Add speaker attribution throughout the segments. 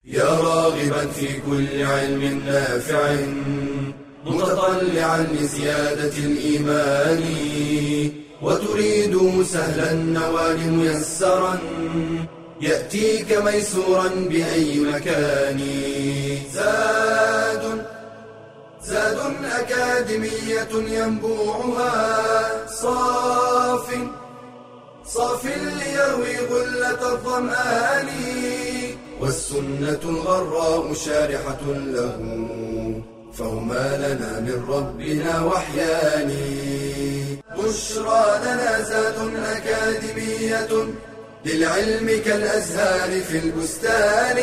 Speaker 1: يا راغبا في كل علم نافع متطلعا لزيادة الإيمان وتريد سهلا النوال ميسرا يأتيك ميسورا بأي مكان. زاد أكاديمية ينبوعها صاف ليروي غلة الظمآن والسنة الغراء شارحة له فهما لنا من ربنا وحيان. بشرى لنا زاد أكاديمية للعلم كالأزهار في البستان.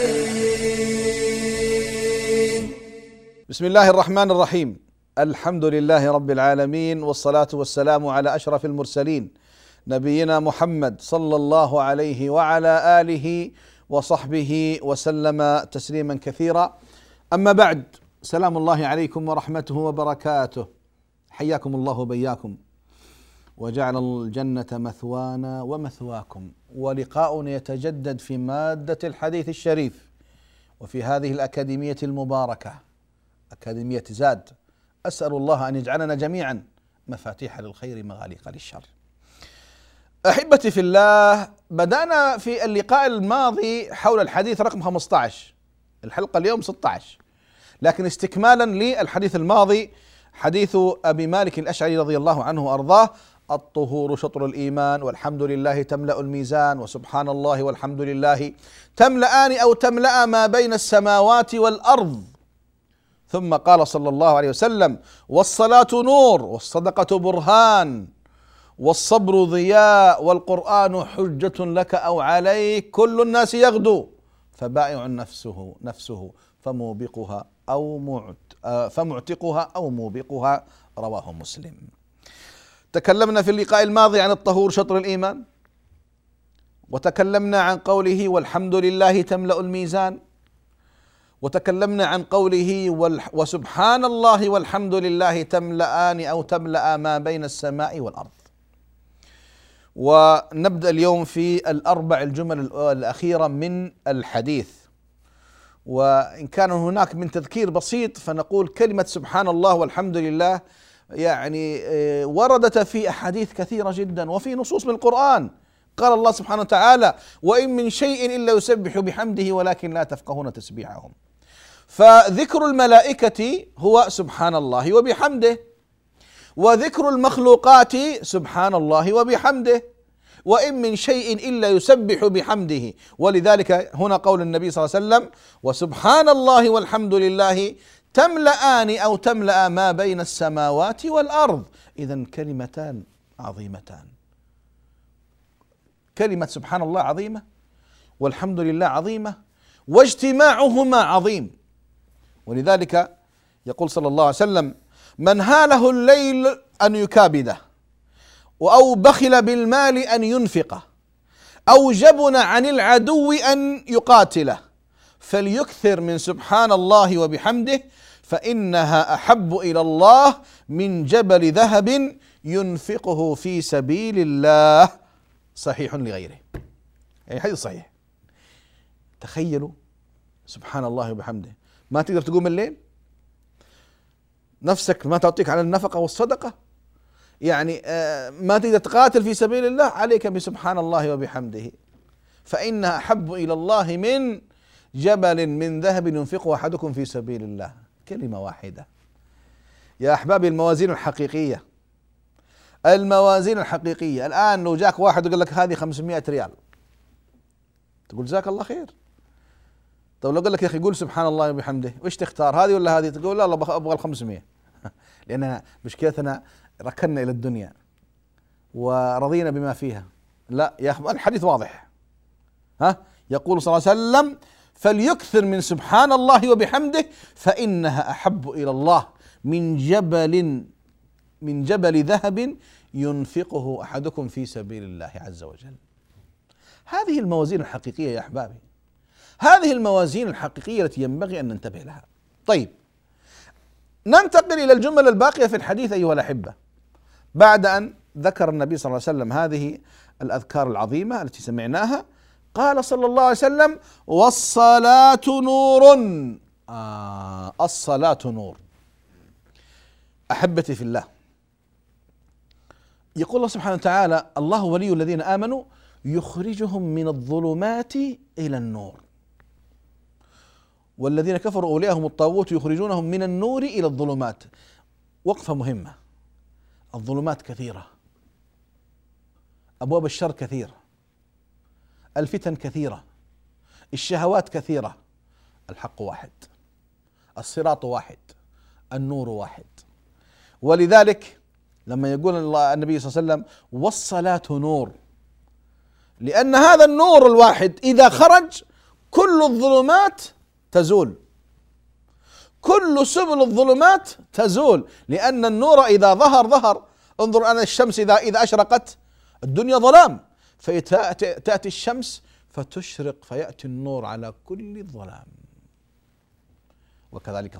Speaker 2: بسم الله الرحمن الرحيم. الحمد لله رب العالمين، والصلاة والسلام على أشرف المرسلين نبينا محمد صلى الله عليه وعلى آله وصحبه وسلم تسليما كثيرا. أما بعد، سلام الله عليكم ورحمته وبركاته. حياكم الله وبياكم، وجعل الجنة مثوانا ومثواكم، ولقاؤنا يتجدد في مادة الحديث الشريف وفي هذه الأكاديمية المباركة، أكاديمية زاد. أسأل الله أن يجعلنا جميعا مفاتيح للخير مغاليق للشر. أحبتي في الله، بدأنا في اللقاء الماضي حول الحديث رقم 15، الحلقة اليوم 16، لكن استكمالا للحديث الماضي حديث أبي مالك الأشعري رضي الله عنه وأرضاه: الطهور شطر الإيمان، والحمد لله تملأ الميزان، وسبحان الله والحمد لله تملأان أو تملأ ما بين السماوات والأرض. ثم قال صلى الله عليه وسلم: والصلاة نور، والصدقة برهان، والصبر ضياء، والقرآن حجة لك أو عليك، كل الناس يغدو فبائع نفسه فمعتقها أو موبقها. رواه مسلم. تكلمنا في اللقاء الماضي عن الطهور شطر الإيمان، وتكلمنا عن قوله والحمد لله تملأ الميزان، وتكلمنا عن قوله وسبحان الله والحمد لله تملأان أو تملأ ما بين السماء والأرض. ونبدأ اليوم في الأربع الجمل الأخيرة من الحديث، وإن كان هناك من تذكير بسيط فنقول كلمة سبحان الله والحمد لله يعني وردت في أحاديث كثيرة جدا وفي نصوص من القرآن. قال الله سبحانه وتعالى: وإن من شيء إلا يسبح بحمده ولكن لا تفقهون تسبيحهم. فذكر الملائكة هو سبحان الله وبحمده، وذكر المخلوقات سبحان الله وبحمده، وإن من شيء إلا يسبح بحمده. ولذلك هنا قول النبي صلى الله عليه وسلم: وسبحان الله والحمد لله تملأان أو تملأ ما بين السماوات والأرض. إذن كلمتان عظيمتان، كلمة سبحان الله عظيمة، والحمد لله عظيمة، واجتماعهما عظيم. ولذلك يقول صلى الله عليه وسلم: من هاله الليل أن يكابده، أو بخل بالمال أن ينفقه، أو جبن عن العدو أن يقاتله، فليكثر من سبحان الله وبحمده، فإنها أحب إلى الله من جبل ذهب ينفقه في سبيل الله. صحيح لغيره، يعني حديث صحيح. تخيلوا سبحان الله وبحمده، ما تقدر تقوم الليل، نفسك ما تعطيك على النفقة والصدقة، يعني ما تقدر تقاتل في سبيل الله، عليك بسبحان الله وبحمده، فإنها أحب إلى الله من جبل من ذهب ينفقه أحدكم في سبيل الله. كلمة واحدة يا أحبابي. الموازين الحقيقية، الموازين الحقيقية. الآن لو جاك واحد وقال لك هذه 500 ريال، تقول جزاك الله خير. طيب لو قال لك يا أخي قول سبحان الله وبحمده، وش تختار، هذه ولا هذه؟ تقول لا الله أبغى 500. لأن مشكلتنا ركنا إلى الدنيا ورضينا بما فيها. لا يا أخي، الحديث واضح. يقول صلى الله عليه وسلم: فليكثر من سبحان الله وبحمده، فإنها أحب إلى الله من جبل ذهب ينفقه أحدكم في سبيل الله عز وجل. هذه الموازين الحقيقية يا أحبابي، هذه الموازين الحقيقية التي ينبغي أن ننتبه لها. طيب، ننتقل إلى الجمل الباقية في الحديث أيها الأحبة. بعد أن ذكر النبي صلى الله عليه وسلم هذه الأذكار العظيمة التي سمعناها، قال صلى الله عليه وسلم: والصلاة نور. الصلاة نور. أحبتي في الله، يقول الله سبحانه وتعالى: الله ولي الذين آمنوا يخرجهم من الظلمات إلى النور، والذين كفروا أولياءهم الطاغوت يخرجونهم من النور إلى الظلمات. وقفة مهمة. الظلمات كثيرة، أبواب الشر كثيرة، الفتن كثيرة، الشهوات كثيرة. الحق واحد، الصراط واحد، النور واحد. ولذلك لما يقول النبي صلى الله عليه وسلم: والصلاة نور، لأن هذا النور الواحد إذا خرج كل الظلمات تزول، كل سبل الظلمات تزول، لأن النور إذا ظهر. انظر أن الشمس إذا أشرقت الدنيا ظلام، فتأتي الشمس فتشرق فيأتي النور على كل الظلام. وكذلك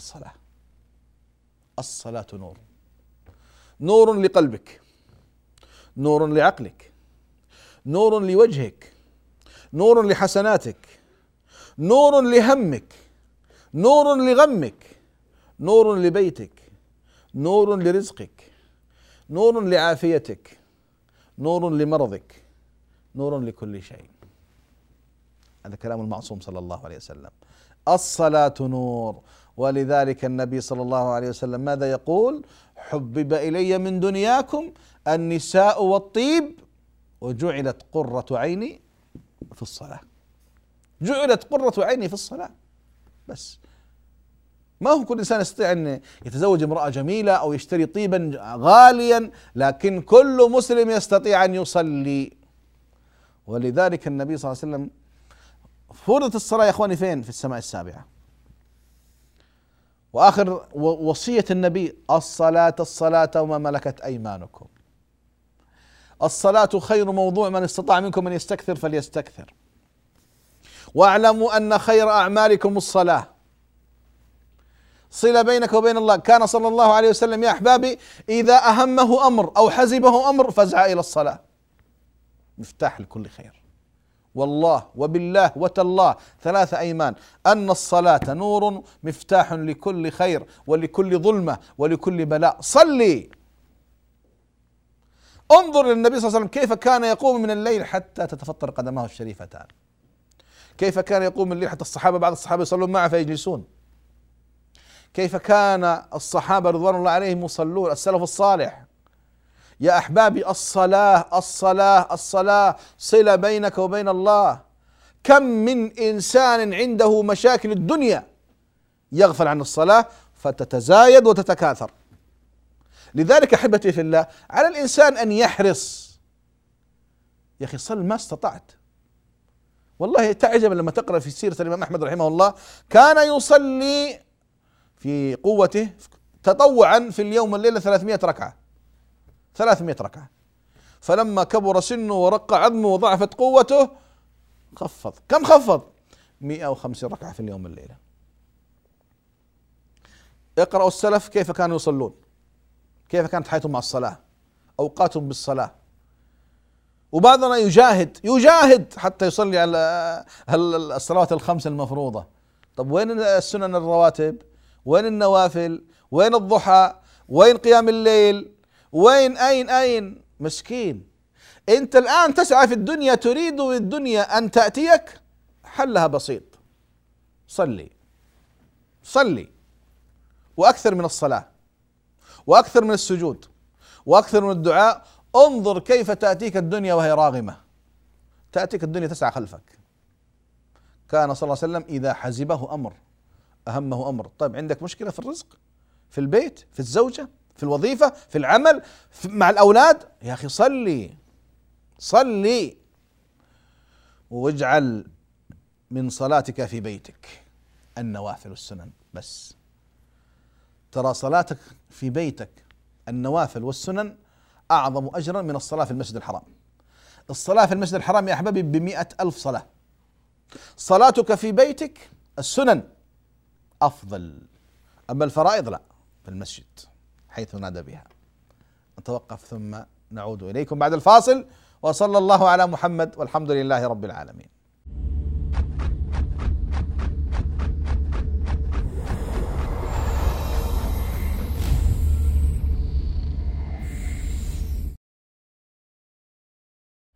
Speaker 2: الصلاة نور، نور لقلبك، نور لعقلك، نور لوجهك، نور لحسناتك، نور لهمك، نور لغمك، نور لبيتك، نور لرزقك، نور لعافيتك، نور لمرضك، نور لكل شيء. هذا كلام المعصوم صلى الله عليه وسلم. الصلاة نور. ولذلك النبي صلى الله عليه وسلم ماذا يقول؟ حبب إلي من دنياكم النساء والطيب وجعلت قرة عيني في الصلاة. جعلت قرة عيني في الصلاة. بس ما هو كل إنسان يستطيع أن يتزوج امرأة جميلة أو يشتري طيبا غاليا، لكن كل مسلم يستطيع أن يصلي. ولذلك النبي صلى الله عليه وسلم فرضت الصلاة يا إخواني فين؟ في السماء السابعة. وآخر وصية النبي: الصلاة وما ملكت أيمانكم. الصلاة خير موضوع، من استطاع منكم أن يستكثر فليستكثر. واعلموا أن خير أعمالكم الصلاة، صلة بينك وبين الله. كان صلى الله عليه وسلم يا أحبابي إذا أهمه أمر أو حزبه أمر فزع إلى الصلاة، مفتاح لكل خير. والله وبالله وتالله 3 أيمان أن الصلاة نور مفتاح لكل خير ولكل ظلمة ولكل بلاء. صلي. انظر للنبي صلى الله عليه وسلم كيف كان يقوم من الليل حتى تتفطر قدماه الشريفتان، كيف كان يقوم من الليل حتى الصحابة بعض الصحابة يصلون معه فيجلسون، كيف كان الصحابة رضوان الله عليهم يصلون، السلف الصالح. يا أحبابي الصلاة صلة بينك وبين الله. كم من إنسان عنده مشاكل الدنيا يغفل عن الصلاة فتتزايد وتتكاثر. لذلك أحبتي في الله على الإنسان أن يحرص. يا أخي صل ما استطعت. والله تعجب لما تقرأ في سيرة الإمام أحمد رحمه الله، كان يصلي في قوته تطوعا في اليوم والليلة 300 ركعة، 300 ركعة. فلما كبر سنه ورق عظمه وضعفت قوته خفض. كم خفض؟ 150 ركعة في اليوم والليلة. اقرأوا السلف كيف كانوا يصلون، كيف كانت حياتهم مع الصلاة، أوقاتهم بالصلاة. وبعضنا يجاهد حتى يصلي على الصلوات الخمس المفروضة. طب وين السنن الرواتب؟ وين النوافل؟ وين الضحى؟ وين قيام الليل؟ وين أين مسكين. أنت الآن تسعى في الدنيا، تريد الدنيا أن تأتيك، حلها بسيط. صلي وأكثر من الصلاة وأكثر من السجود وأكثر من الدعاء. انظر كيف تأتيك الدنيا وهي راغمة، تأتيك الدنيا تسعى خلفك. كان صلى الله عليه وسلم إذا حزبه أمر أهمه أمر. طيب عندك مشكلة في الرزق، في البيت، في الزوجة، في الوظيفة، في العمل، مع الأولاد، يا أخي صلي واجعل من صلاتك في بيتك النوافل والسنن بس. ترى صلاتك في بيتك النوافل والسنن أعظم أجرا من الصلاة في المسجد الحرام. الصلاة في المسجد الحرام يا أحبابي ب100,000 صلاة. صلاتك في بيتك السنن أفضل، أما الفرائض لا، في المسجد حيث نادى بها. نتوقف ثم نعود إليكم بعد الفاصل. وصلى الله على محمد والحمد لله رب العالمين.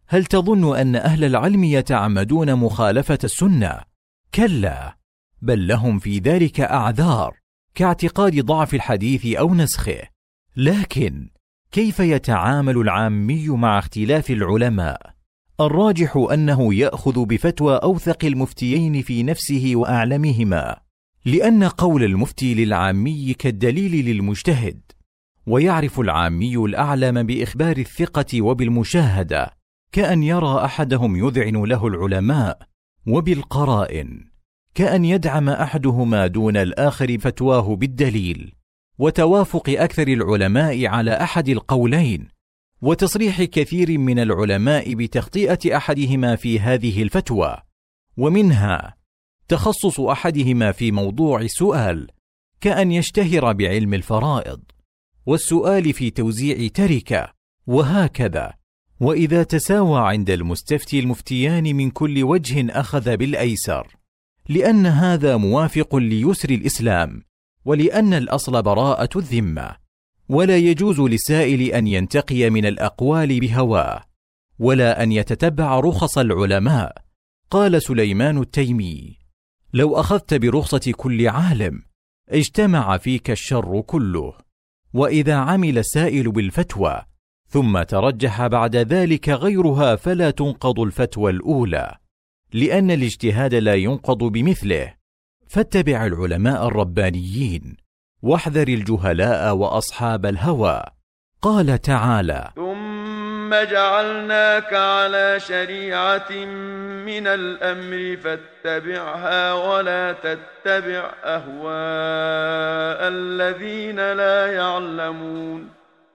Speaker 3: هل تظن أن أهل العلم يتعمدون مخالفة السنة؟ كلا، بل لهم في ذلك أعذار كاعتقاد ضعف الحديث أو نسخه. لكن كيف يتعامل العامي مع اختلاف العلماء؟ الراجح أنه يأخذ بفتوى أوثق المفتيين في نفسه وأعلمهما، لأن قول المفتي للعامي كالدليل للمجتهد، ويعرف العامي الأعلم بإخبار الثقة وبالمشاهدة، كأن يرى أحدهم يذعن له العلماء، وبالقرائن كأن يدعم أحدهما دون الآخر فتواه بالدليل، وتوافق أكثر العلماء على أحد القولين، وتصريح كثير من العلماء بتخطئة أحدهما في هذه الفتوى، ومنها تخصص أحدهما في موضوع السؤال كأن يشتهر بعلم الفرائض، والسؤال في توزيع تركة، وهكذا. وإذا تساوى عند المستفتي المفتيان من كل وجه أخذ بالأيسر، لأن هذا موافق ليسر الإسلام، ولأن الأصل براءة الذمة، ولا يجوز للسائل أن ينتقي من الأقوال بهواه، ولا أن يتتبع رخص العلماء. قال سليمان التيمي: لو أخذت برخصة كل عالم اجتمع فيك الشر كله. وإذا عمل السائل بالفتوى ثم ترجح بعد ذلك غيرها فلا تنقض الفتوى الأولى، لأن الاجتهاد لا ينقض بمثله. فاتبع العلماء الربانيين، واحذر الجهلاء وأصحاب الهوى. قال تعالى:
Speaker 4: ثم جعلناك على شريعة من الأمر فاتبعها ولا تتبع أهواء الذين لا يعلمون.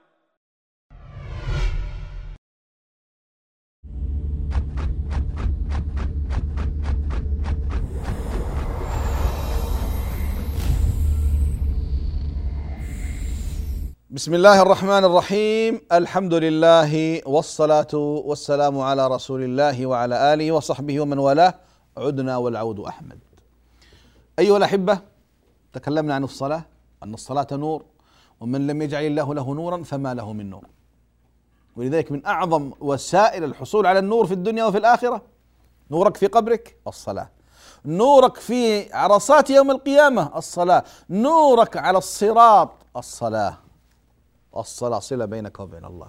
Speaker 2: بسم الله الرحمن الرحيم. الحمد لله والصلاة والسلام على رسول الله وعلى آله وصحبه ومن والاه. عدنا والعود أحمد. أيها الأحبة، تكلمنا عن الصلاة، أن الصلاة نور، ومن لم يجعل الله له نورا فما له من نور. ولذلك من أعظم وسائل الحصول على النور في الدنيا وفي الآخرة نورك في قبرك الصلاة، نورك في عرصات يوم القيامة الصلاة، نورك على الصراط الصلاة. الصلاة صلة بينك وبين الله.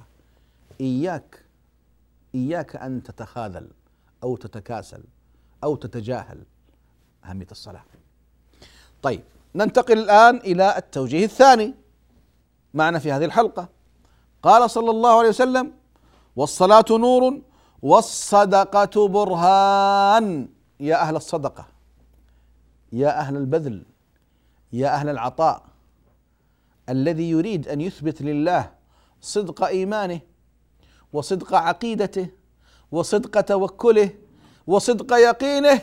Speaker 2: إياك أن تتخاذل أو تتكاسل أو تتجاهل أهمية الصلاة. طيب، ننتقل الآن إلى التوجيه الثاني معنا في هذه الحلقة. قال صلى الله عليه وسلم: والصلاة نور والصدقة برهان. يا أهل الصدقة، يا أهل البذل، يا أهل العطاء، الذي يريد أن يثبت لله صدق إيمانه وصدق عقيدته وصدق توكله وصدق يقينه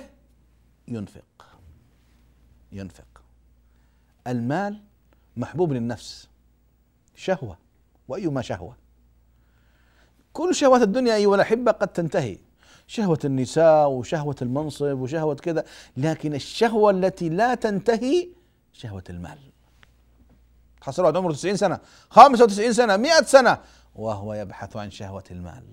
Speaker 2: ينفق. المال محبوب للنفس، شهوة، وأيما شهوة. كل شهوات الدنيا أيها الأحبة قد تنتهي، شهوة النساء وشهوة المنصب وشهوة كذا، لكن الشهوة التي لا تنتهي شهوة المال. حصل واحد عمره 90 سنة 95 سنة 100 سنة وهو يبحث عن شهوة المال.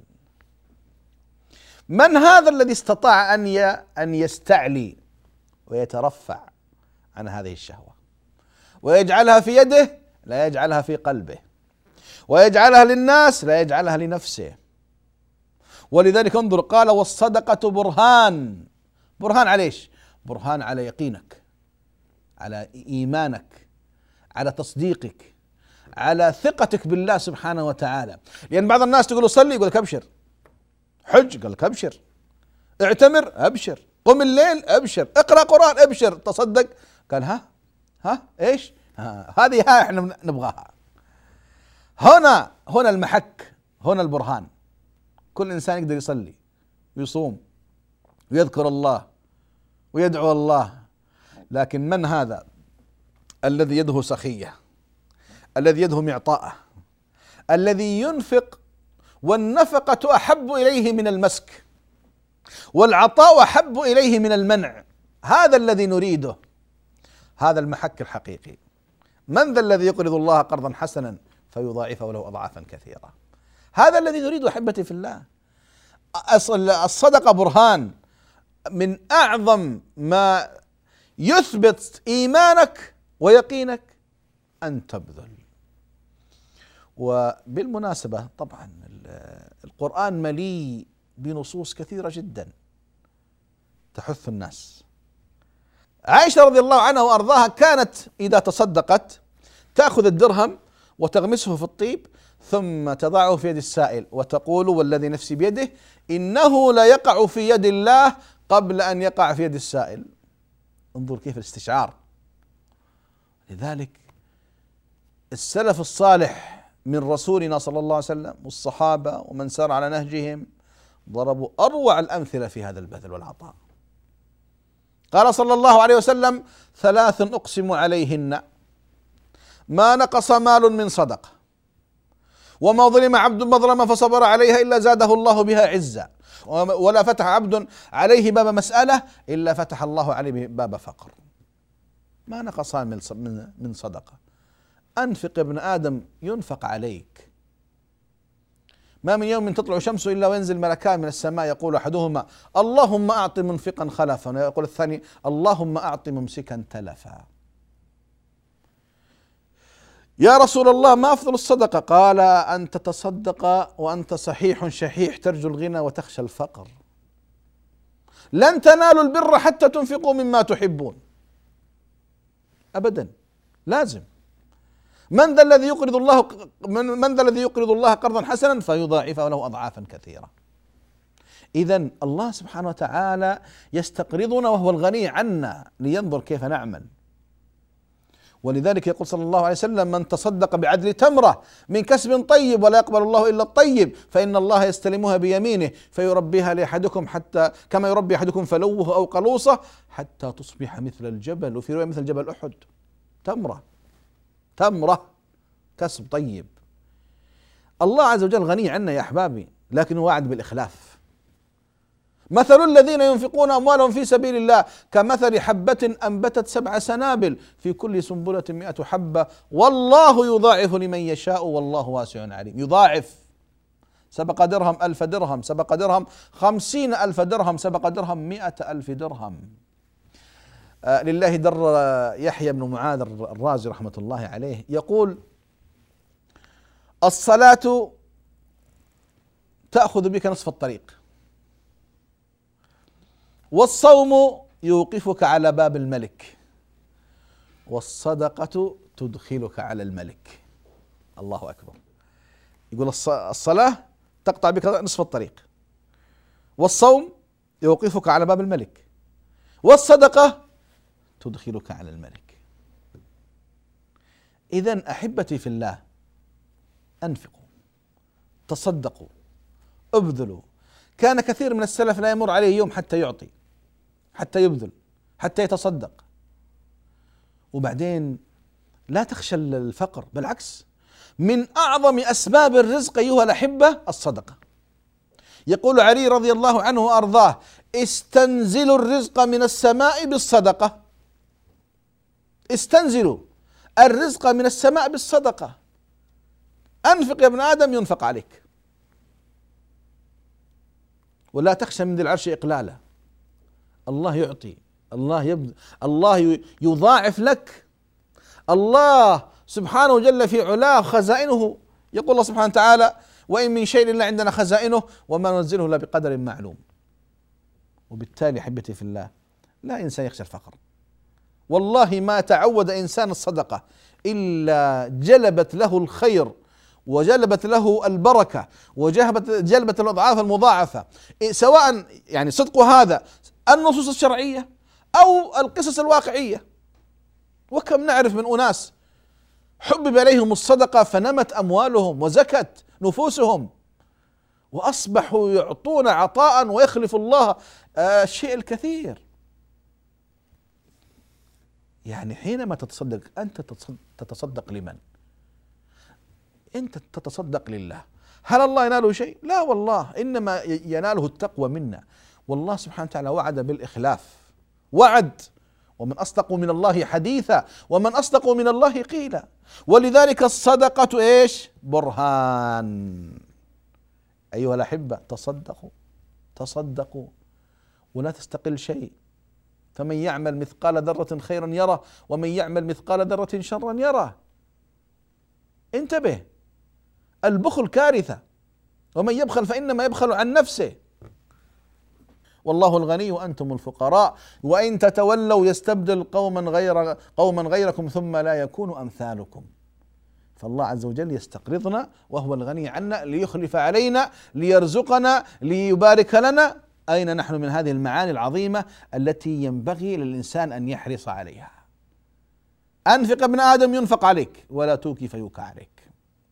Speaker 2: من هذا الذي استطاع أن يستعلي ويترفع عن هذه الشهوة ويجعلها في يده لا يجعلها في قلبه، ويجعلها للناس لا يجعلها لنفسه؟ ولذلك انظر، قال: والصدقة برهان. برهان على ايش؟ برهان على يقينك، على إيمانك، على تصديقك، على ثقتك بالله سبحانه وتعالى. لأن بعض الناس تقول له صلي، يقول لك أبشر. حج، قال لك أبشر. اعتمر، أبشر. قم الليل، أبشر. اقرأ قرآن، أبشر. تصدق، قال ها إيش؟ هذه احنا نبغاها. هنا المحك، هنا البرهان. كل إنسان يقدر يصلي ويصوم ويذكر الله ويدعو الله، لكن من هذا الذي يده سخية، الذي يده معطاءة، الذي ينفق والنفقة أحب إليه من المسك، والعطاء أحب إليه من المنع؟ هذا الذي نريده، هذا المحك الحقيقي. من ذا الذي يقرض الله قرضا حسنا فيضاعفه له أضعافا كثيرة؟ هذا الذي نريده أحبتي في الله. الصدقة برهان من أعظم ما يثبت إيمانك ويقينك أن تبذل. وبالمناسبة طبعا القرآن مليء بنصوص كثيرة جدا تحث الناس. عائشة رضي الله عنها وأرضاها كانت إذا تصدقت تأخذ الدرهم وتغمسه في الطيب ثم تضعه في يد السائل وتقول والذي نفسي بيده إنه لا يقع في يد الله قبل أن يقع في يد السائل. انظر كيف الاستشعار. لذلك السلف الصالح من رسولنا صلى الله عليه وسلم والصحابة ومن سار على نهجهم ضربوا أروع الأمثلة في هذا البذل والعطاء. قال صلى الله عليه وسلم: 3 أقسم عليهن ما نقص مال من صدقة وما ظلم عبد مظلمة فصبر عليها إلا زاده الله بها عزا ولا فتح عبد عليه باب مسألة إلا فتح الله عليه باب فقر. ما نقص من صدقة. أنفق ابن آدم ينفق عليك. ما من يوم تطلع شمسه إلا وينزل ملكان من السماء يقول أحدهما اللهم أعط منفقا خلفا ويقول الثاني اللهم أعط ممسكا تلفا. يا رسول الله ما أفضل الصدقة؟ قال أن تتصدق وأنت صحيح شحيح ترجو الغنى وتخشى الفقر. لن تنالوا البر حتى تنفقوا مما تحبون. أبدا، لازم. من ذا الذي يقرض الله قرضا حسنا فيضاعفه له أضعافا كثيرة. إذن الله سبحانه وتعالى يستقرضنا وهو الغني عنا لينظر كيف نعمل. ولذلك يقول صلى الله عليه وسلم: من تصدق بعدل تمرة من كسب طيب ولا يقبل الله إلا الطيب فإن الله يستلمها بيمينه فيربيها لأحدكم حتى كما يربي أحدكم فلوه أو قلوصه حتى تصبح مثل الجبل، وفي رواية مثل جبل أحد. تمرة كسب طيب. الله عز وجل غني عنا يا أحبابي، لكنه وعد بالإخلاف. مثل الذين ينفقون أموالهم في سبيل الله كمثل حبة أنبتت 7 سنابل في كل سنبلة 100 حبة والله يضاعف لمن يشاء والله واسع عليم. يضاعف. سبق درهم 1000 درهم، سبق درهم 50,000 درهم، سبق درهم 100,000 درهم. لله در يحيى بن معاذ الرازي رحمة الله عليه يقول: الصلاة تأخذ بك نصف الطريق، والصوم يوقفك على باب الملك، والصدقة تدخلك على الملك. الله أكبر. يقول الصلاة تقطع بك نصف الطريق، والصوم يوقفك على باب الملك، والصدقة تدخلك على الملك. إذن أحبتي في الله، أنفقوا، تصدقوا، ابذلوا. كان كثير من السلف لا يمر عليه يوم حتى يعطي، حتى يبذل، حتى يتصدق. وبعدين لا تخشى الفقر، بالعكس من أعظم أسباب الرزق أيها الأحبة الصدقة. يقول علي رضي الله عنه وأرضاه: استنزلوا الرزق من السماء بالصدقة. استنزلوا الرزق من السماء بالصدقة. أنفق يا ابن آدم ينفق عليك، ولا تخشى من ذي العرش إقلالا. الله يعطي، الله يضاعف لك. الله سبحانه جل في علاه خزائنه. يقول الله سبحانه وتعالى: وإن من شيء إلا عندنا خزائنه وما ننزله إلا بقدر معلوم. وبالتالي أحبتي في الله، لا إنسان يخشى الفقر. والله ما تعود إنسان الصدقة إلا جلبت له الخير وجلبت له البركة وجلبت له الأضعاف المضاعفة، سواء يعني صدق هذا النصوص الشرعية أو القصص الواقعية. وكم نعرف من أناس حبب عليهم الصدقة فنمت أموالهم وزكت نفوسهم وأصبحوا يعطون عطاء ويخلف الله الشيء الكثير. يعني حينما تتصدق أنت تتصدق لمن؟ أنت تتصدق لله. هل الله يناله شيء؟ لا والله، إنما يناله التقوى منا. والله سبحانه وتعالى وعد بالإخلاف، وعد. ومن أصدق من الله حديثا ومن أصدق من الله قيلا. ولذلك الصدقة إيش؟ برهان. أيها الأحبة تصدقوا تصدقوا ولا تستقل شيء. فمن يعمل مثقال ذرة خيرا يره ومن يعمل مثقال ذرة شرا يره. انتبه، البخل كارثة، ومن يبخل فإنما يبخل عن نفسه، والله الغني وأنتم الفقراء وإن تتولوا يستبدل قوما غيركم ثم لا يكونوا أمثالكم. فالله عز وجل يستقرضنا وهو الغني عنا ليخلف علينا ليرزقنا ليبارك لنا. أين نحن من هذه المعاني العظيمة التي ينبغي للإنسان أن يحرص عليها؟ أنفق ابن آدم ينفق عليك ولا توكي فيوكى عليك.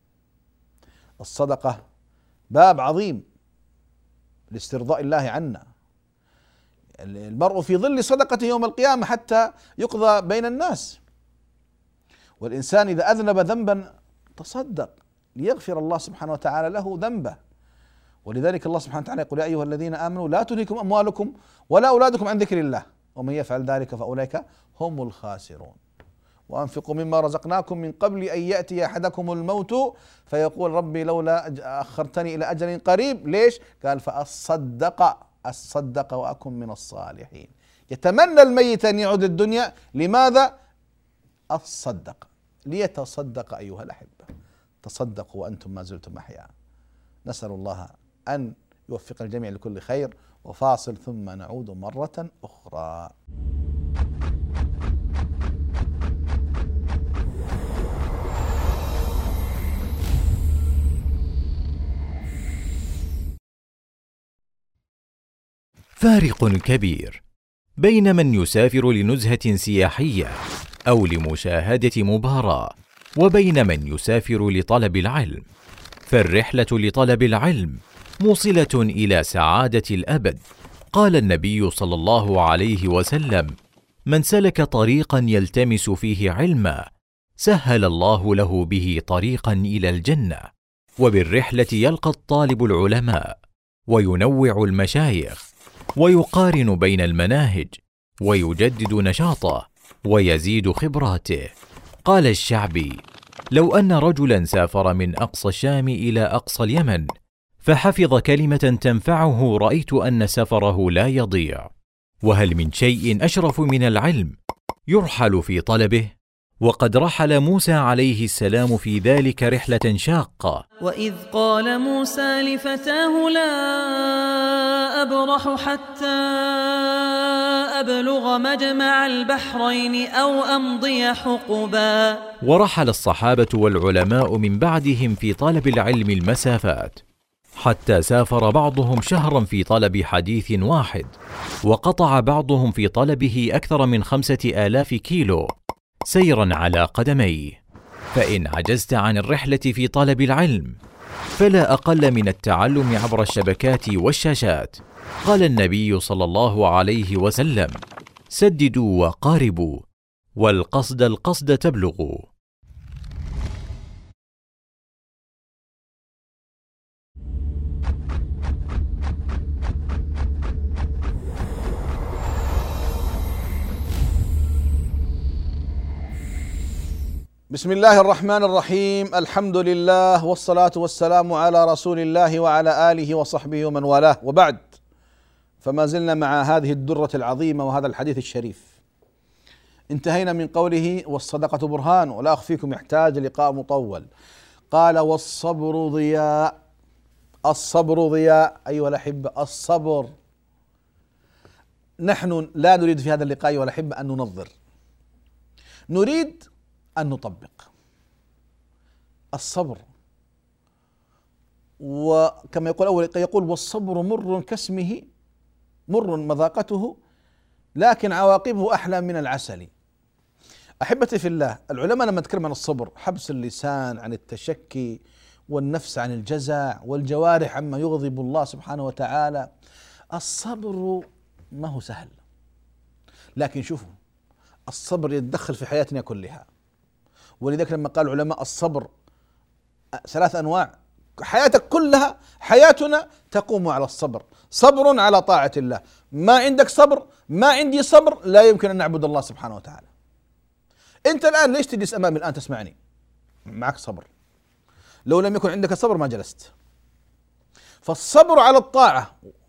Speaker 2: الصدقة باب عظيم لاسترضاء الله عنا. المرء في ظل صدقته يوم القيامة حتى يقضى بين الناس. والإنسان إذا أذنب ذنبا تصدق ليغفر الله سبحانه وتعالى له ذنبه. ولذلك الله سبحانه وتعالى يقول: يا أيها الذين آمنوا لا تلهكم أموالكم ولا أولادكم عن ذكر الله ومن يفعل ذلك فأولئك هم الخاسرون. وأنفقوا مما رزقناكم من قبل أن يأتي أحدكم الموت فيقول: ربي لولا أخرتني إلى أجل قريب. ليش؟ قال: فأصدق وأكن من الصالحين. يتمنى الميت أن يعود الدنيا. لماذا؟ الصدق، ليتصدق أيها الأحبة. تصدقوا وأنتم ما زلتم أحياء. نسأل الله أن يوفق الجميع لكل خير. وفاصل ثم نعود مرة أخرى.
Speaker 3: فارق كبير بين من يسافر لنزهة سياحية أو لمشاهدة مباراة وبين من يسافر لطلب العلم. فالرحلة لطلب العلم موصلة إلى سعادة الأبد. قال النبي صلى الله عليه وسلم: من سلك طريقا يلتمس فيه علما سهل الله له به طريقا إلى الجنة. وبالرحلة يلقى الطالب العلماء وينوع المشايخ ويقارن بين المناهج ويجدد نشاطه ويزيد خبراته. قال الشعبي: لو أن رجلا سافر من أقصى الشام إلى أقصى اليمن فحفظ كلمة تنفعه رأيت أن سفره لا يضيع. وهل من شيء أشرف من العلم يرحل في طلبه؟ وقد رحل موسى عليه السلام في ذلك رحلة شاقة.
Speaker 5: وإذ قال موسى لفتاه لا أبرح حتى أبلغ مجمع البحرين أو أمضي حقبا.
Speaker 3: ورحل الصحابة والعلماء من بعدهم في طلب العلم المسافات، حتى سافر بعضهم شهرا في طلب حديث واحد، وقطع بعضهم في طلبه أكثر من 5000 كيلو سيرا على قدميه. فإن عجزت عن الرحلة في طلب العلم فلا أقل من التعلم عبر الشبكات والشاشات. قال النبي صلى الله عليه وسلم: سددوا وقاربوا، والقصد القصد تبلغوا.
Speaker 2: بسم الله الرحمن الرحيم. الحمد لله والصلاة والسلام على رسول الله وعلى آله وصحبه ومن والاه، وبعد. فما زلنا مع هذه الدرة العظيمة وهذا الحديث الشريف. انتهينا من قوله: والصدقة برهان. ولا أخفيكم يحتاج لقاء مطول. قال: والصبر ضياء. الصبر ضياء أيها الأحبة، الصبر. نحن لا نريد في هذا اللقاء أيها الأحبة أن ننظر، نريد أن نطبق الصبر. وكما يقول والصبر مر كاسمه، مر مذاقته لكن عواقبه أحلى من العسل. أحبتي في الله، العلماء لما تكلم عن الصبر: حبس اللسان عن التشكي، والنفس عن الجزع، والجوارح عما يغضب الله سبحانه وتعالى. الصبر ما هو سهل، لكن شوفوا الصبر يتدخل في حياتنا كلها. ولذلك لما قال العلماء الصبر 3 أنواع، حياتك كلها، حياتنا تقوم على الصبر. صبر على طاعة الله. ما عندك صبر، ما عندي صبر، لا يمكن أن نعبد الله سبحانه وتعالى. أنت الآن ليش تجلس أمامي الآن تسمعني؟ معك صبر. لو لم يكن عندك صبر ما جلست. فالصبر على الطاعة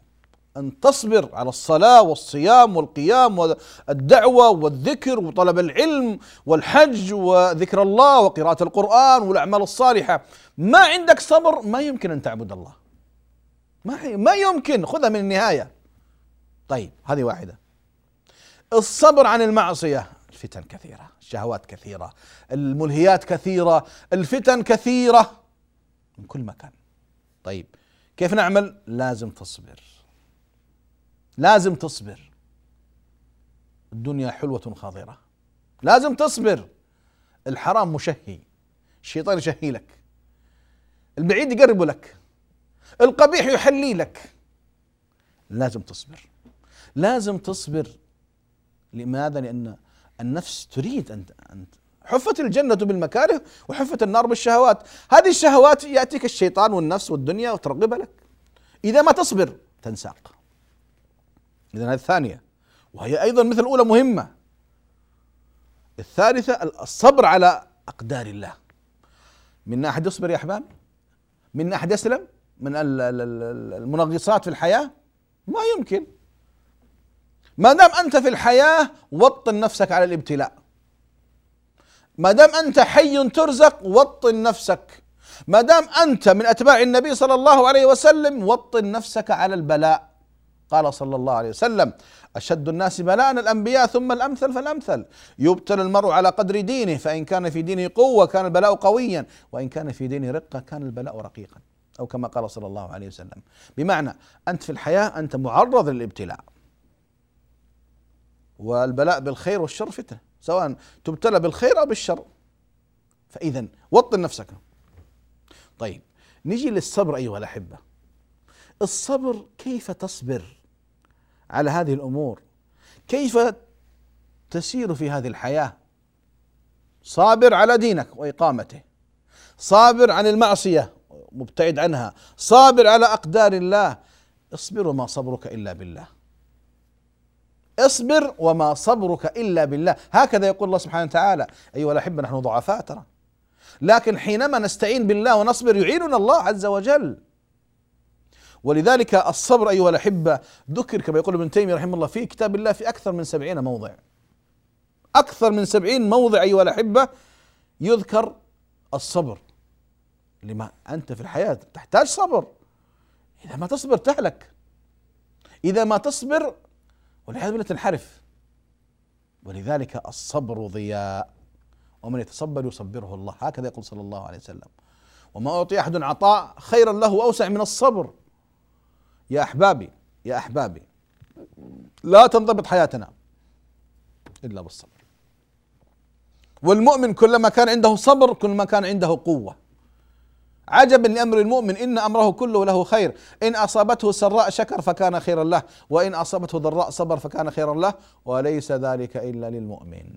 Speaker 2: أن تصبر على الصلاة والصيام والقيام والدعوة والذكر وطلب العلم والحج وذكر الله وقراءة القرآن والأعمال الصالحة. ما عندك صبر ما يمكن أن تعبد الله، ما يمكن. خذها من النهاية. طيب هذه واحدة. الصبر عن المعصية، الفتن كثيرة، الشهوات كثيرة، الملهيات كثيرة، الفتن كثيرة من كل مكان. طيب كيف نعمل؟ لازم تصبر، لازم تصبر. الدنيا حلوة خاضرة، لازم تصبر. الحرام مشهي، الشيطان يشهي لك، البعيد يقرب لك، القبيح يحلي لك. لازم تصبر، لازم تصبر. لماذا؟ لأن النفس تريد أن حفت الجنة بالمكاره وحفت النار بالشهوات. هذه الشهوات يأتيك الشيطان والنفس والدنيا وترغبها لك. إذا ما تصبر تنساق. إذن هذه الثانية، وهي أيضا مثل الأولى مهمة. الثالثة الصبر على أقدار الله. منا أحد يصبر يا أحباب؟ منا أحد يسلم من المنغصات في الحياة؟ ما يمكن. ما دام أنت في الحياة وطن نفسك على الابتلاء. ما دام أنت حي ترزق وطن نفسك. ما دام أنت من أتباع النبي صلى الله عليه وسلم وطن نفسك على البلاء. قال صلى الله عليه وسلم: أشد الناس بلاء الأنبياء ثم الأمثل فالأمثل. يبتلى المرء على قدر دينه، فإن كان في دينه قوة كان البلاء قويا، وإن كان في دينه رقة كان البلاء رقيقا، أو كما قال صلى الله عليه وسلم. بمعنى أنت في الحياة أنت معرض للابتلاء، والبلاء بالخير والشر فتنة، سواء تبتلى بالخير أو بالشر. فإذا وطن نفسك. طيب نجي للصبر أيها الأحبة. الصبر، كيف تصبر على هذه الأمور؟ كيف تسير في هذه الحياة؟ صابر على دينك وإقامته، صابر عن المعصية مبتعد عنها، صابر على أقدار الله. اصبر وما صبرك إلا بالله، اصبر وما صبرك إلا بالله. هكذا يقول الله سبحانه وتعالى. أيها الأحبة نحن ضعفاء ترى، لكن حينما نستعين بالله ونصبر يعيننا الله عز وجل. ولذلك الصبر أيها الأحبة ذكر كما يقول ابن تيمية رحمه الله في كتاب الله في أكثر من 70 موضع. أكثر من 70 موضع أيها الأحبة يذكر الصبر. لما أنت في الحياة تحتاج صبر. إذا ما تصبر تهلك، إذا ما تصبر والعياذ بالله تنحرف. ولذلك الصبر ضياء، ومن يتصبر يصبره الله، هكذا يقول صلى الله عليه وسلم. وما أعطي أحد عطاء خيرا له وأوسع من الصبر. يا أحبابي يا أحبابي، لا تنضبط حياتنا إلا بالصبر. والمؤمن كلما كان عنده صبر كلما كان عنده قوة. عجبا لأمر المؤمن إن أمره كله له خير، إن أصابته سراء شكر فكان خيرا له، وإن أصابته ضراء صبر فكان خيرا له، وليس ذلك إلا للمؤمن.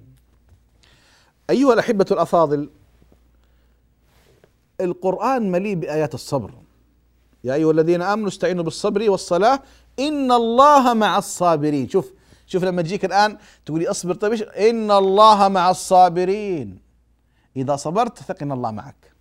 Speaker 2: أيها الأحبة الأفاضل، القرآن مليء بآيات الصبر. يا أيها الذين آمنوا استعينوا بالصبر والصلاة إن الله مع الصابرين. شوف لما تجيك الآن تقولي أصبر، طيب إن الله مع الصابرين. إذا صبرت ثق إن الله معك.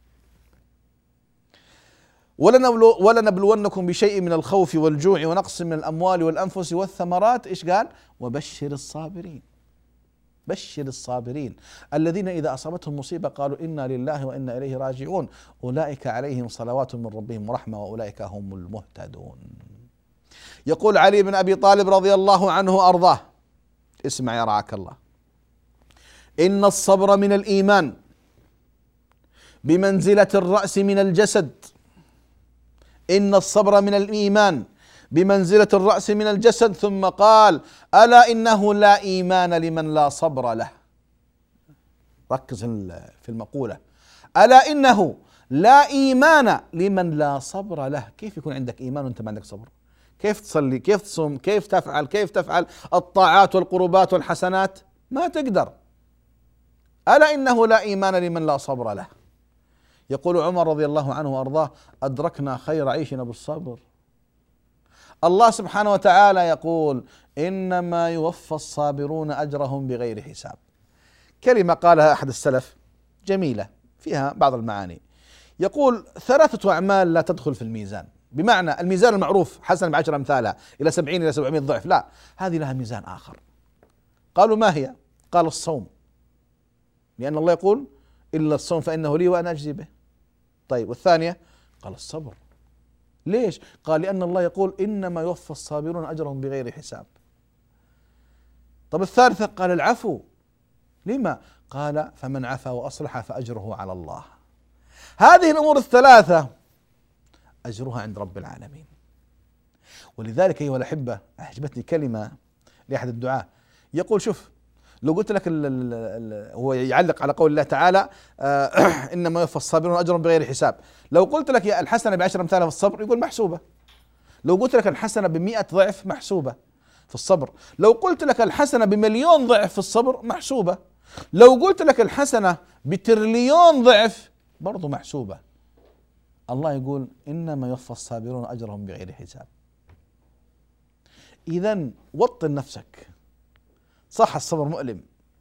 Speaker 2: ولنبلونكم بشيء من الخوف والجوع ونقص من الأموال والأنفس والثمرات. إيش قال؟ وبشر الصابرين. بشر الصابرين الذين إذا أصابتهم مصيبة قالوا إنا لله وإنا إليه راجعون أولئك عليهم صلوات من ربهم ورحمة وأولئك هم المهتدون. يقول علي بن أبي طالب رضي الله عنه وأرضاه، اسمع يا رعاك الله: إن الصبر من الإيمان بمنزلة الرأس من الجسد. إن الصبر من الإيمان بمنزلة الرأس من الجسد. ثم قال: ألا إنه لا إيمان لمن لا صبر له. ركز في المقولة، ألا إنه لا إيمان لمن لا صبر له. كيف يكون عندك إيمان وأنت ما عندك صبر؟ كيف تصلي؟ كيف تصوم؟ كيف تفعل الطاعات والقربات والحسنات؟ ما تقدر. ألا إنه لا إيمان لمن لا صبر له. يقول عمر رضي الله عنه وأرضاه: أدركنا خير عيشنا بالصبر. الله سبحانه وتعالى يقول: إنما يوفى الصابرون أجرهم بغير حساب. كلمة قالها أحد السلف جميلة فيها بعض المعاني. يقول: 3 أعمال لا تدخل في الميزان بمعنى الميزان المعروف حسنة ب10 أمثالها إلى 70 إلى 700 ضعف، لا، هذه لها ميزان آخر. قالوا ما هي؟ قال الصوم، لأن الله يقول إلا الصوم فإنه لي وأنا أجزي به. طيب والثانية؟ قال الصبر. ليش؟ قال لأن الله يقول إنما يوفى الصابرون أجرهم بغير حساب. طب الثالثة؟ قال العفو. لما؟ قال فمن عفا وأصلح فأجره على الله. هذه الأمور الثلاثة أجرها عند رب العالمين. ولذلك أيها الأحبة أعجبتني كلمة لأحد الدعاة يقول شوف، لو قلت لك هو يعلق على قول الله تعالى إنما يوفى الصابرون أجرهم بغير حساب، لو قلت لك يا الحسنة ب10 أمثالها في الصبر يقول محسوبة. لو قلت لك الحسنة ب100 ضعف محسوبة في الصبر. لو قلت لك الحسنة ب1,000,000 ضعف في الصبر محسوبة. لو قلت لك الحسنة ب1,000,000,000 ضعف برضو محسوبة. الله يقول إنما يوفى الصابرون أجرهم بغير حساب. إذن وطن نفسك. صح الصبر مؤلم،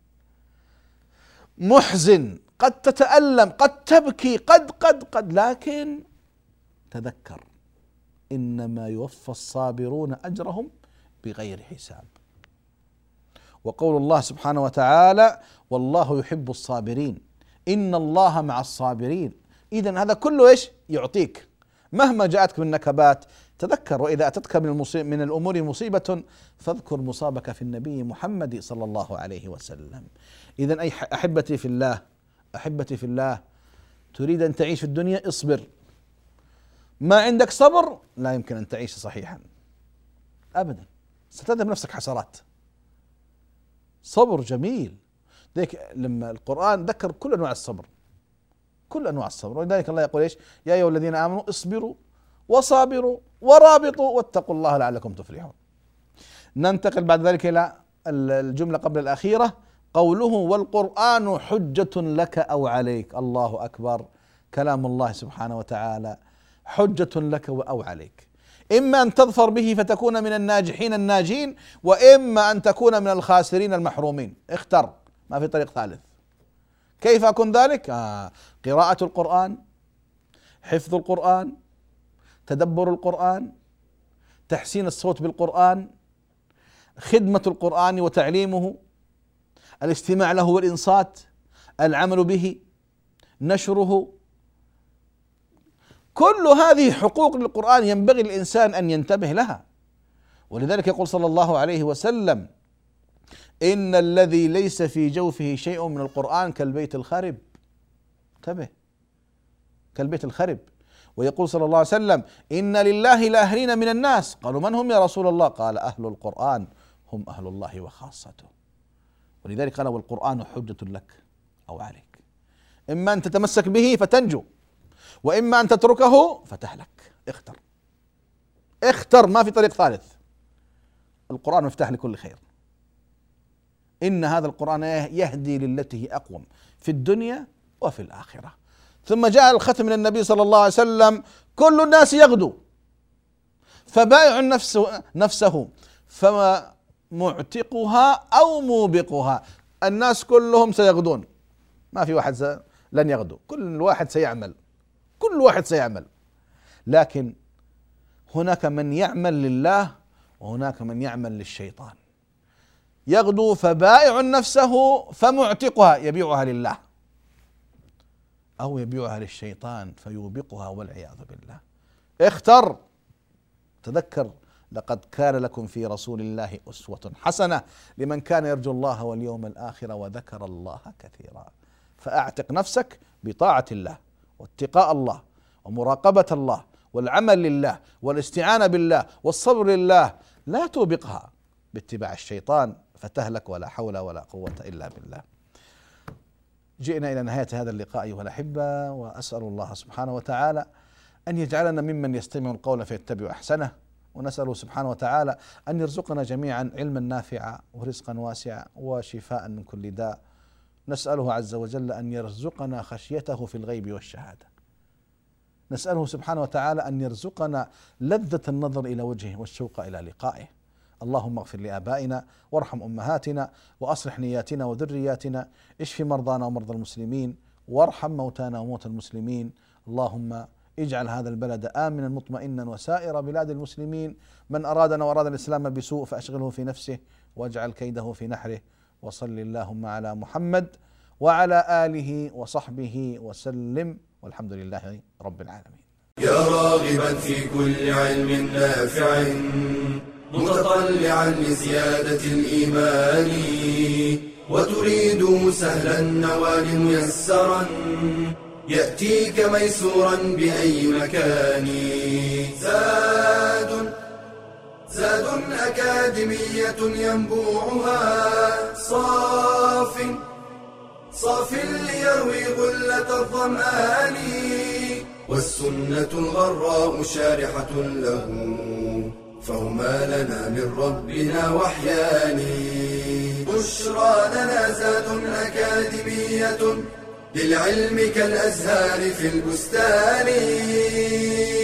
Speaker 2: محزن، قد تتألم، قد تبكي، قد لكن تذكر إنما يوفى الصابرون أجرهم بغير حساب. وقول الله سبحانه وتعالى والله يحب الصابرين إن الله مع الصابرين. إذن هذا كله إيش يعطيك مهما جاءتك من نكبات. تذكر وإذا أتتك من الأمور مصيبة فاذكر مصابك في النبي محمد صلى الله عليه وسلم. إذن أي أحبتي في الله، أحبتي في الله، تريد أن تعيش في الدنيا اصبر. ما عندك صبر لا يمكن أن تعيش صحيحا أبدا، ستذهب نفسك حسرات. صبر جميل، ذلك لما القرآن ذكر كل أنواع الصبر، كل أنواع الصبر. ولذلك الله يقول إيش؟ يا أيها الذين آمنوا اصبروا وصابروا ورابطوا واتقوا الله لعلكم تفلحون. ننتقل بعد ذلك إلى الجملة قبل الأخيرة، قوله والقرآن حجة لك أو عليك. الله أكبر، كلام الله سبحانه وتعالى حجة لك أو عليك. إما أن تظفر به فتكون من الناجحين الناجين، وإما أن تكون من الخاسرين المحرومين. اختر، ما في طريق ثالث. كيف أكون ذلك؟ قراءة القرآن، حفظ القرآن، تدبر القرآن، تحسين الصوت بالقرآن، خدمة القرآن وتعليمه، الاستماع له والإنصات، العمل به، نشره. كل هذه حقوق للقرآن ينبغي الإنسان أن ينتبه لها. ولذلك يقول صلى الله عليه وسلم إن الذي ليس في جوفه شيء من القرآن كالبيت الخرب. انتبه، كالبيت الخرب. ويقول صلى الله عليه وسلم إن لله لأهلين من الناس. قالوا من هم يا رسول الله؟ قال أهل القرآن هم أهل الله وخاصته. ولذلك قال والقرآن حجة لك أو عليك. إما أن تتمسك به فتنجو، وإما أن تتركه فتهلك. اختر، اختر، ما في طريق ثالث. القرآن مفتاح لكل خير. إن هذا القرآن يهدي للتي هي أقوم في الدنيا وفي الآخرة. ثم جاء الختم من النبي صلى الله عليه وسلم كل الناس يغدو فبائع نفسه فما معتقها أو موبقها. الناس كلهم سيغدون، ما في واحد لن يغدو، كل واحد سيعمل، كل واحد سيعمل. لكن هناك من يعمل لله وهناك من يعمل للشيطان. يغدو فبائع نفسه فمعتقها يبيعها لله، أو يبيعها للشيطان فيوبقها والعياذ بالله. اختر، تذكر لقد كان لكم في رسول الله أسوة حسنة لمن كان يرجو الله واليوم الآخر وذكر الله كثيرا. فأعتق نفسك بطاعة الله واتقاء الله ومراقبة الله والعمل لله والاستعانة بالله والصبر لله، لا توبقها باتباع الشيطان فتهلك، ولا حول ولا قوة إلا بالله. جئنا إلى نهاية هذا اللقاء أيها الأحبة، وأسأل الله سبحانه وتعالى أن يجعلنا ممن يستمع القول فيتبع أحسنه، ونسأله سبحانه وتعالى أن يرزقنا جميعا علما نافعا ورزقا واسعا وشفاء من كل داء. نسأله عز وجل أن يرزقنا خشيته في الغيب والشهادة. نسأله سبحانه وتعالى أن يرزقنا لذة النظر إلى وجهه والشوق إلى لقائه. اللهم اغفر لآبائنا وارحم أمهاتنا وأصلح نياتنا وذرياتنا، اشف مرضانا ومرضى المسلمين وارحم موتانا وموتى المسلمين. اللهم اجعل هذا البلد آمنا مطمئنا وسائر بلاد المسلمين. من أرادنا وأراد الإسلام بسوء فأشغله في نفسه واجعل كيده في نحره. وصل اللهم على محمد وعلى آله وصحبه وسلم، والحمد لله رب العالمين.
Speaker 1: يا راغبا في كل علم نافع متطلعا لزيادة الإيمان وتريد سهلا النوال ميسرا يأتيك ميسورا بأي مكان. زاد أكاديمية ينبوعها صاف ليروي غلة الظمآن والسنة الغراء شارحة له فهما لنا من ربنا وحيان. بشرى لنا زاد أكاديمية للعلم كالأزهار في البستان.